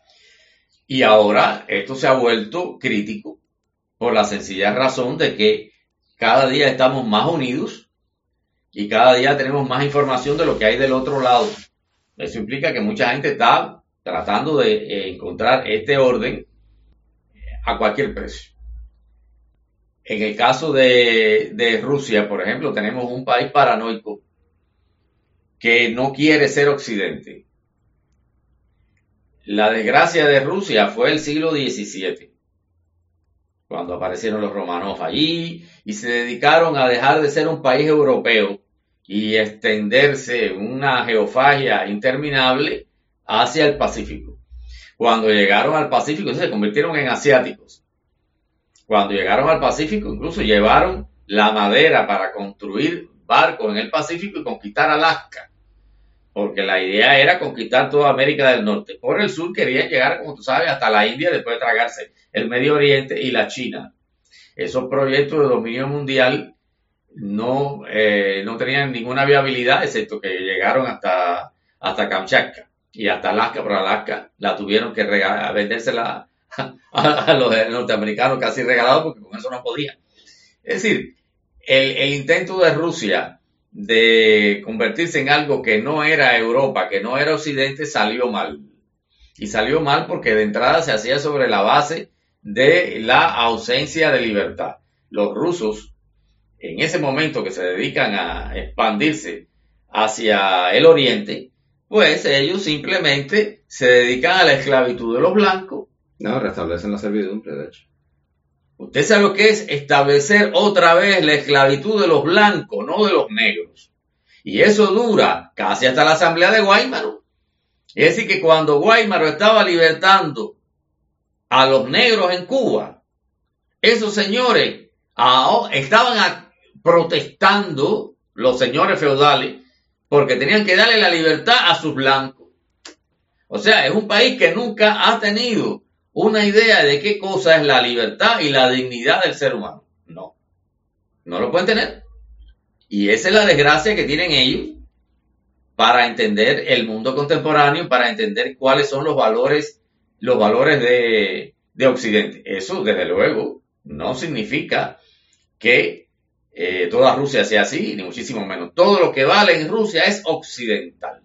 Y ahora esto se ha vuelto crítico por la sencilla razón de que cada día estamos más unidos y cada día tenemos más información de lo que hay del otro lado. Eso implica que mucha gente está tratando de encontrar este orden a cualquier precio. En el caso de Rusia, por ejemplo, tenemos un país paranoico que no quiere ser Occidente. La desgracia de Rusia fue el siglo XVII, cuando aparecieron los Romanov allí y se dedicaron a dejar de ser un país europeo y extenderse una geofagia interminable hacia el Pacífico. Cuando llegaron al Pacífico, se convirtieron en asiáticos. Cuando llegaron al Pacífico, incluso llevaron la madera para construir barcos en el Pacífico y conquistar Alaska, porque la idea era conquistar toda América del Norte. Por el sur querían llegar, como tú sabes, hasta la India, después de tragarse el Medio Oriente y la China. Esos proyectos de dominio mundial no tenían ninguna viabilidad, excepto que llegaron hasta Kamchatka y hasta Alaska, pero Alaska la tuvieron que vendérsela a los norteamericanos casi regalados, porque con eso no podían. Es decir, el intento de Rusia de convertirse en algo que no era Europa, que no era Occidente, salió mal. Y salió mal porque de entrada se hacía sobre la base de la ausencia de libertad. Los rusos, en ese momento que se dedican a expandirse hacia el oriente, pues ellos simplemente se dedican a la esclavitud de los blancos. No, restablecen la servidumbre, de hecho. Usted sabe lo que es establecer otra vez la esclavitud de los blancos, no de los negros. Y eso dura casi hasta la asamblea de Guaymaro. Es decir, que cuando Guaymaro estaba libertando a los negros en Cuba, esos señores estaban protestando, los señores feudales, porque tenían que darle la libertad a sus blancos. O sea, es un país que nunca ha tenido una idea de qué cosa es la libertad y la dignidad del ser humano. No lo pueden tener. Y esa es la desgracia que tienen ellos para entender el mundo contemporáneo, para entender cuáles son los valores de Occidente. Eso, desde luego, no significa que toda Rusia sea así, ni muchísimo menos. Todo lo que vale en Rusia es occidental.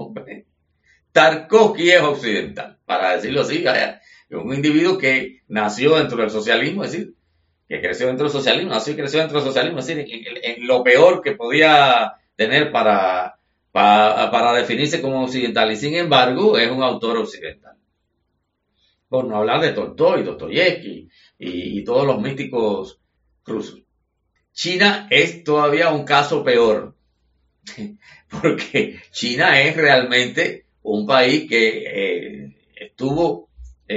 Tarkovsky es occidental, para decirlo así. Un individuo que nació dentro del socialismo, es decir, que creció dentro del socialismo, nació y creció dentro del socialismo, es decir, en lo peor que podía tener para definirse como occidental, y sin embargo es un autor occidental. Por no hablar de Tolstói, Dostoyevsky y todos los místicos rusos. China es todavía un caso peor, porque China es realmente un país que estuvo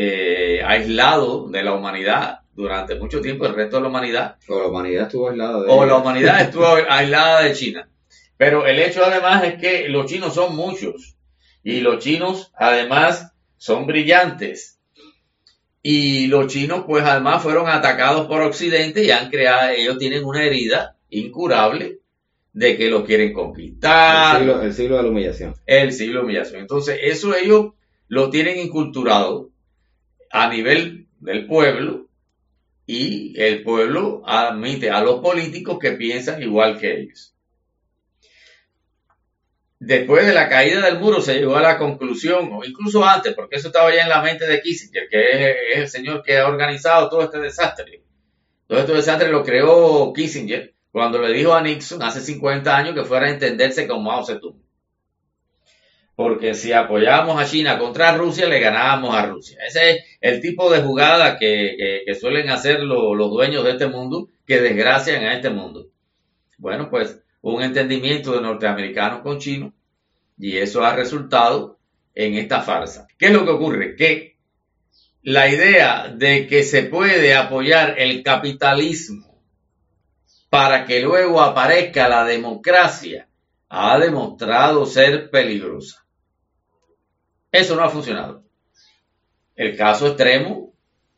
aislado de la humanidad durante mucho tiempo, el resto de la humanidad. O la humanidad estuvo aislada de O la humanidad estuvo aislada de China. Pero el hecho además es que los chinos son muchos. Y los chinos además son brillantes. Y los chinos pues además fueron atacados por Occidente y ellos tienen una herida incurable de que lo quieren conquistar. El siglo de la humillación. El siglo de la humillación. Entonces eso ellos lo tienen inculturado a nivel del pueblo, y el pueblo admite a los políticos que piensan igual que ellos. Después de la caída del muro se llegó a la conclusión, o incluso antes, porque eso estaba ya en la mente de Kissinger, que es el señor que ha organizado todo este desastre. Todo este desastre lo creó Kissinger cuando le dijo a Nixon hace 50 años que fuera a entenderse con Mao Zedong. Porque si apoyábamos a China contra Rusia, le ganábamos a Rusia. Ese es el tipo de jugada que suelen hacer los dueños de este mundo, que desgracian a este mundo. Bueno, pues un entendimiento de norteamericanos con chinos, y eso ha resultado en esta farsa. ¿Qué es lo que ocurre? Que la idea de que se puede apoyar el capitalismo para que luego aparezca la democracia ha demostrado ser peligrosa. Eso no ha funcionado. El caso extremo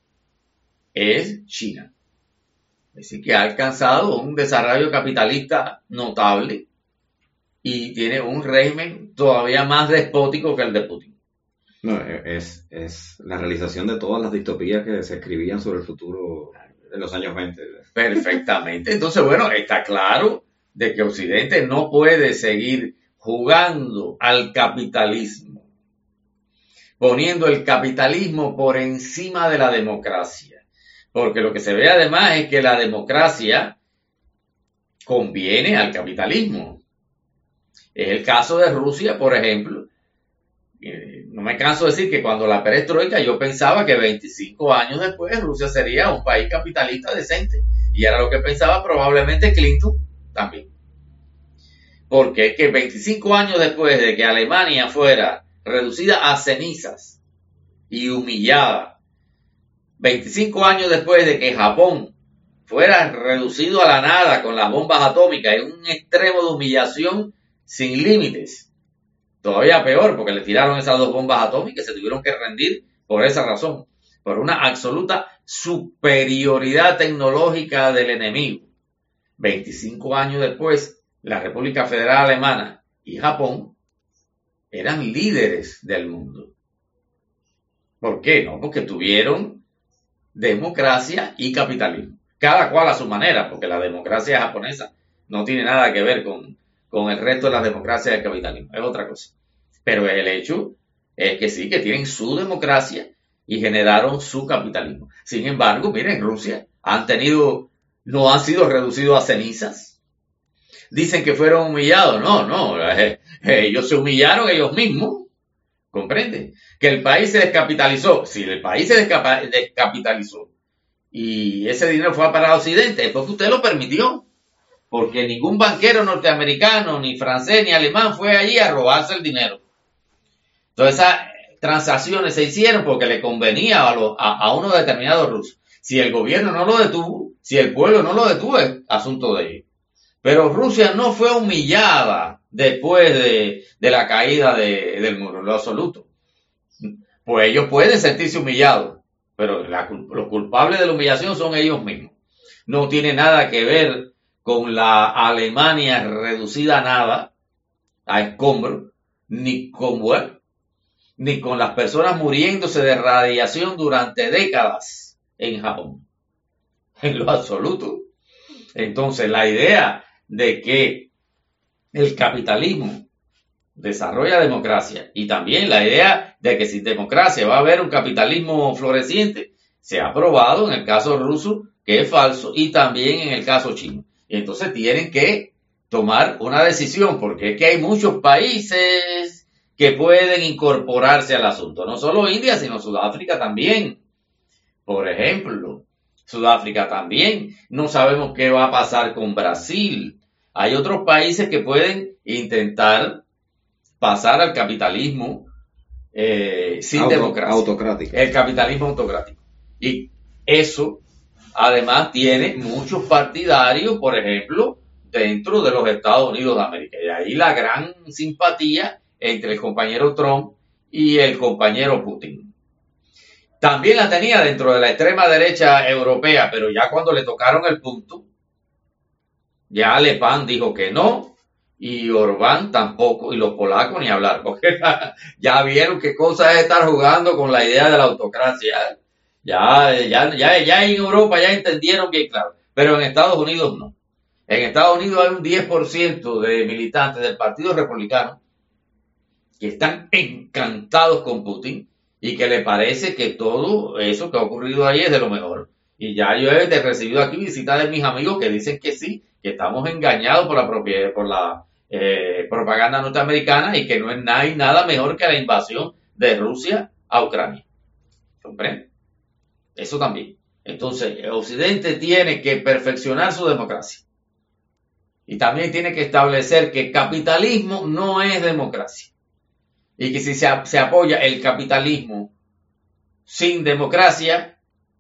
es China. Es decir, que ha alcanzado un desarrollo capitalista notable y tiene un régimen todavía más despótico que el de Putin. No, es la realización de todas las distopías que se escribían sobre el futuro en los años 20. Perfectamente. Entonces, bueno, está claro de que Occidente no puede seguir jugando al capitalismo, poniendo el capitalismo por encima de la democracia. Porque lo que se ve además es que la democracia conviene al capitalismo. Es el caso de Rusia, por ejemplo. No me canso de decir que cuando la perestroika yo pensaba que 25 años después Rusia sería un país capitalista decente. Y era lo que pensaba probablemente Clinton también. Porque es que 25 años después de que Alemania fuera reducida a cenizas y humillada, 25 años después de que Japón fuera reducido a la nada con las bombas atómicas en un extremo de humillación sin límites, Todavía peor, porque le tiraron esas 2 bombas atómicas y se tuvieron que rendir por esa razón, por una absoluta superioridad tecnológica del enemigo. 25 años después, la República Federal Alemana y Japón eran líderes del mundo. ¿Por qué? No, porque tuvieron democracia y capitalismo. Cada cual a su manera, porque la democracia japonesa no tiene nada que ver con el resto de las democracias del capitalismo. Es otra cosa. Pero el hecho es que sí, que tienen su democracia y generaron su capitalismo. Sin embargo, miren, Rusia no han sido reducidos a cenizas. Dicen que fueron humillados. No, ellos se humillaron ellos mismos. ¿Comprende? Que el país se descapitalizó. Si el país se descapitalizó y ese dinero fue para Occidente, es porque usted lo permitió. Porque ningún banquero norteamericano, ni francés, ni alemán fue allí a robarse el dinero. Entonces esas transacciones se hicieron porque le convenía a unos determinados rusos. Si el gobierno no lo detuvo, si el pueblo no lo detuvo, es asunto de ellos. Pero Rusia no fue humillada después de la caída del muro, en lo absoluto. Pues ellos pueden sentirse humillados, pero los culpables de la humillación son ellos mismos. No tiene nada que ver con la Alemania reducida a nada, a escombros, ni con las personas muriéndose de radiación durante décadas en Japón. En lo absoluto. Entonces, la idea de que el capitalismo desarrolla democracia y también la idea de que sin democracia va a haber un capitalismo floreciente se ha probado en el caso ruso que es falso y también en el caso chino. Y entonces tienen que tomar una decisión porque es que hay muchos países que pueden incorporarse al asunto. No solo India, sino Sudáfrica también. Por ejemplo, Sudáfrica también. No sabemos qué va a pasar con Brasil. Hay otros países que pueden intentar pasar al capitalismo sin democracia. Autocrático. El capitalismo autocrático. Y eso, además, tiene muchos partidarios, por ejemplo, dentro de los Estados Unidos de América. Y ahí la gran simpatía entre el compañero Trump y el compañero Putin. También la tenía dentro de la extrema derecha europea, pero ya cuando le tocaron el punto, ya Le Pen dijo que no, y Orbán tampoco, y los polacos ni hablar, porque ya vieron qué cosa es estar jugando con la idea de la autocracia. Ya en Europa ya entendieron bien claro, pero en Estados Unidos no. En Estados Unidos hay un 10% de militantes del Partido Republicano que están encantados con Putin y que le parece que todo eso que ha ocurrido ahí es de lo mejor. Y ya yo he recibido aquí visitas de mis amigos que dicen que sí, que estamos engañados por la propaganda norteamericana y que no hay nada mejor que la invasión de Rusia a Ucrania. ¿Comprende? Eso también. Entonces, el Occidente tiene que perfeccionar su democracia. Y también tiene que establecer que capitalismo no es democracia. Y que si se apoya el capitalismo sin democracia,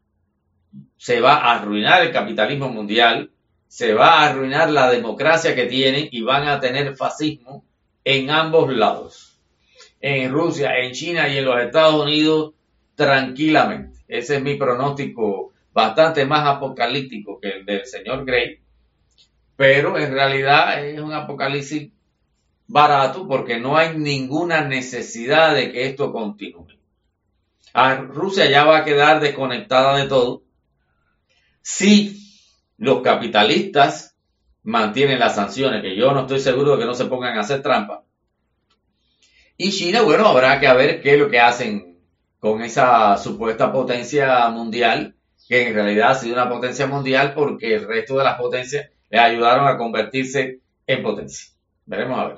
se va a arruinar el capitalismo mundial, se va a arruinar la democracia que tienen y van a tener fascismo en ambos lados. En Rusia, en China y en los Estados Unidos, tranquilamente. Ese es mi pronóstico, bastante más apocalíptico que el del señor Gray, pero en realidad es un apocalipsis barato porque no hay ninguna necesidad de que esto continúe. Rusia ya va a quedar desconectada de todo si los capitalistas mantienen las sanciones, que yo no estoy seguro de que no se pongan a hacer trampa. Y China, bueno, habrá que ver qué es lo que hacen con esa supuesta potencia mundial, que en realidad ha sido una potencia mundial porque el resto de las potencias le ayudaron a convertirse en potencia. Veremos a ver.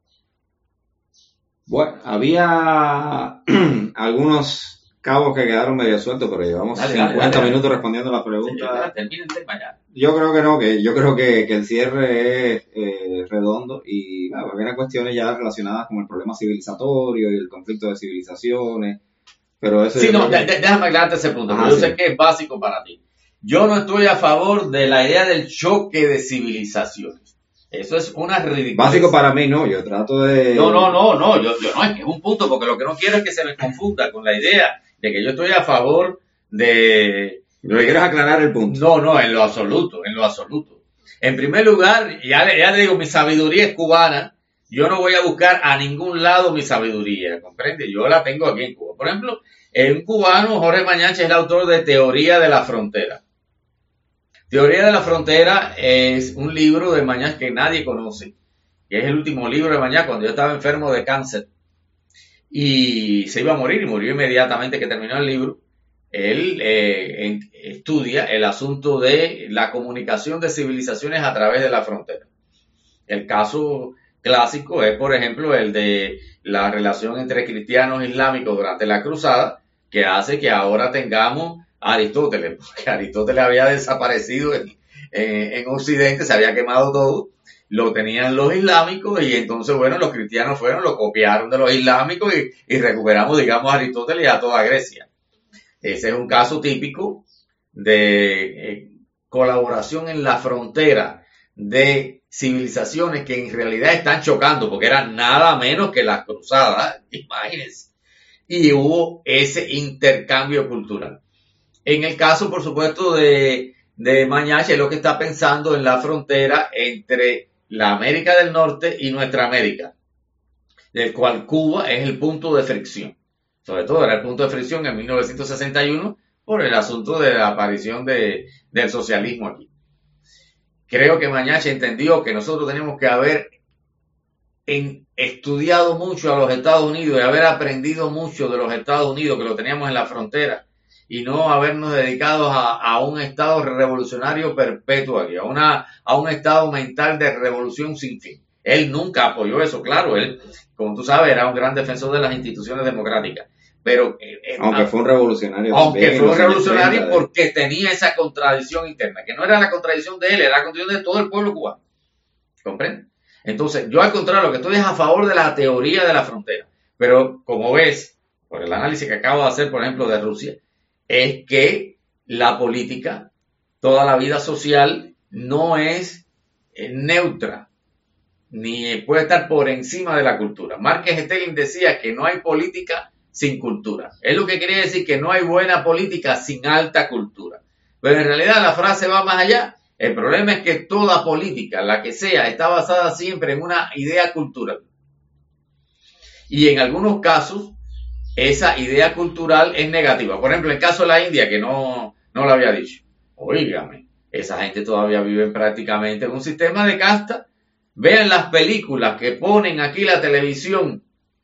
Bueno, había algunos cabos que quedaron medio sueltos, pero llevamos 50 minutos respondiendo las preguntas. Yo creo que no, yo creo que el cierre es redondo y bueno, vienen cuestiones ya relacionadas con el problema civilizatorio y el conflicto de civilizaciones. Pero eso déjame aclararte ese punto, porque yo sé que es básico para ti. Yo no estoy a favor de la idea del choque de civilizaciones. Eso es una ridiculez. Básico para mí, no, yo trato de... No, yo no, es que es un punto, porque lo que no quiero es que se me confunda con la idea de que yo estoy a favor de... Lo que quiero es aclarar el punto. No, en lo absoluto. En primer lugar, ya le digo, mi sabiduría es cubana, yo no voy a buscar a ningún lado mi sabiduría, ¿comprende? Yo la tengo aquí en Cuba. Por ejemplo, un cubano, Jorge Mañache, es el autor de Teoría de la Frontera. Teoría de la Frontera es un libro de Mañache que nadie conoce, que es el último libro de Mañache cuando yo estaba enfermo de cáncer y se iba a morir y murió inmediatamente que terminó el libro. Él estudia el asunto de la comunicación de civilizaciones a través de la frontera. El caso clásico es, por ejemplo, el de la relación entre cristianos e islámicos durante la cruzada, que hace que ahora tengamos a Aristóteles, porque Aristóteles había desaparecido en Occidente, se había quemado todo, lo tenían los islámicos y entonces, bueno, los cristianos lo copiaron de los islámicos y recuperamos, digamos, a Aristóteles y a toda Grecia. Ese es un caso típico de colaboración en la frontera de civilizaciones que en realidad están chocando, porque eran nada menos que las cruzadas, imagínense. Y hubo ese intercambio cultural. En el caso, por supuesto, de Mañache, lo que está pensando en la frontera entre la América del Norte y nuestra América, del cual Cuba es el punto de fricción. Sobre todo era el punto de fricción en 1961 por el asunto de la aparición del socialismo aquí. Creo que Mañache entendió que nosotros tenemos que haber estudiado mucho a los Estados Unidos y haber aprendido mucho de los Estados Unidos, que lo teníamos en la frontera, y no habernos dedicado a un estado revolucionario perpetuo aquí, a un estado mental de revolución sin fin. Él nunca apoyó eso, claro, él, como tú sabes, era un gran defensor de las instituciones democráticas. Pero aunque fue un revolucionario. Aunque fue un revolucionario porque tenía esa contradicción interna, que no era la contradicción de él, era la contradicción de todo el pueblo cubano. ¿Comprende? Entonces, yo al contrario, lo que estoy es a favor de la teoría de la frontera. Pero, como ves, por el análisis que acabo de hacer, por ejemplo, de Rusia, es que la política, toda la vida social, no es neutra, ni puede estar por encima de la cultura. Márquez Stirling decía que no hay política sin cultura. Es lo que quería decir que no hay buena política sin alta cultura. Pero en realidad la frase va más allá. El problema es que toda política, la que sea, está basada siempre en una idea cultural. Y en algunos casos, esa idea cultural es negativa. Por ejemplo, el caso de la India, que no lo había dicho. Óigame, esa gente todavía vive prácticamente en un sistema de casta. Vean las películas que ponen aquí la televisión,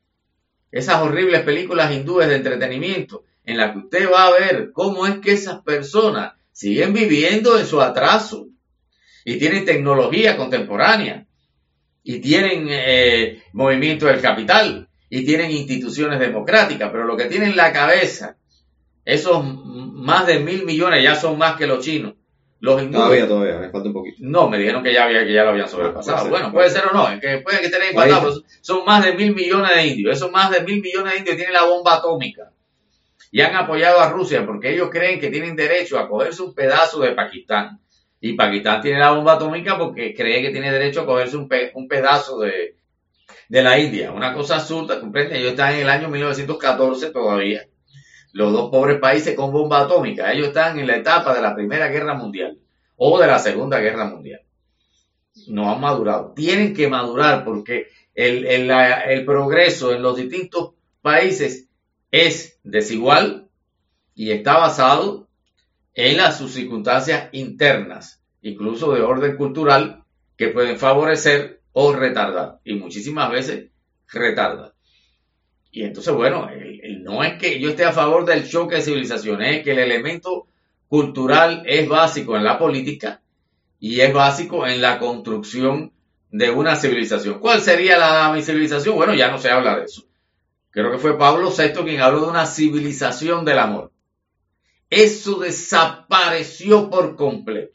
esas horribles películas hindúes de entretenimiento, en las que usted va a ver cómo es que esas personas siguen viviendo en su atraso y tienen tecnología contemporánea y tienen movimiento del capital y tienen instituciones democráticas, pero lo que tienen en la cabeza, esos más de 1.000 millones, ya son más que los chinos. Los hindúes, todavía, me falta un poquito. No, me dijeron que ya lo habían sobrepasado. Bueno, puede ser o no, puede que estén empatados, son más de 1.000 millones de indios. Esos más de 1.000 millones de indios tienen la bomba atómica y han apoyado a Rusia porque ellos creen que tienen derecho a cogerse un pedazo de Pakistán. Y Pakistán tiene la bomba atómica porque cree que tiene derecho a cogerse un pedazo de la India. Una cosa absurda, ¿comprende? Ellos están en el año 1914 todavía. Los dos pobres países con bomba atómica. Ellos están en la etapa de la Primera Guerra Mundial o de la Segunda Guerra Mundial. No han madurado. Tienen que madurar porque el progreso en los distintos países es desigual y está basado en sus circunstancias internas, incluso de orden cultural, que pueden favorecer o retardar. Y muchísimas veces retardan. Y entonces, bueno, no es que yo esté a favor del choque de civilizaciones, es que el elemento cultural es básico en la política y es básico en la construcción de una civilización. ¿Cuál sería mi civilización? Bueno, ya no se habla de eso. Creo que fue Pablo VI quien habló de una civilización del amor. Eso desapareció por completo.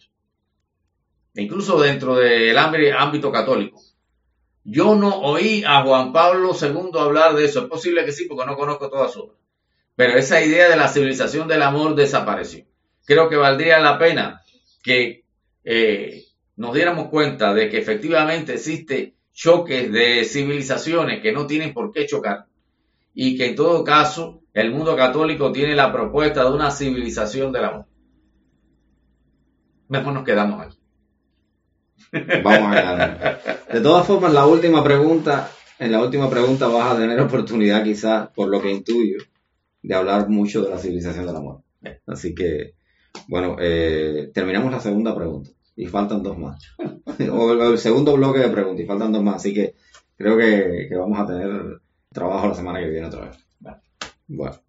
Incluso dentro del ámbito católico. Yo no oí a Juan Pablo II hablar de eso. Es posible que sí, porque no conozco toda su obra. Pero esa idea de la civilización del amor desapareció. Creo que valdría la pena que nos diéramos cuenta de que efectivamente existe choques de civilizaciones que no tienen por qué chocar y que en todo caso el mundo católico tiene la propuesta de una civilización del amor. Mejor nos quedamos aquí. Vamos a ganar. De todas formas, en la última pregunta vas a tener oportunidad quizás, por lo que intuyo, de hablar mucho de la civilización del amor. Así que, bueno, terminamos la segunda pregunta y faltan dos más. O el segundo bloque de preguntas y faltan dos más. Así que creo que vamos a tener trabajo la semana que viene otra vez. Bueno.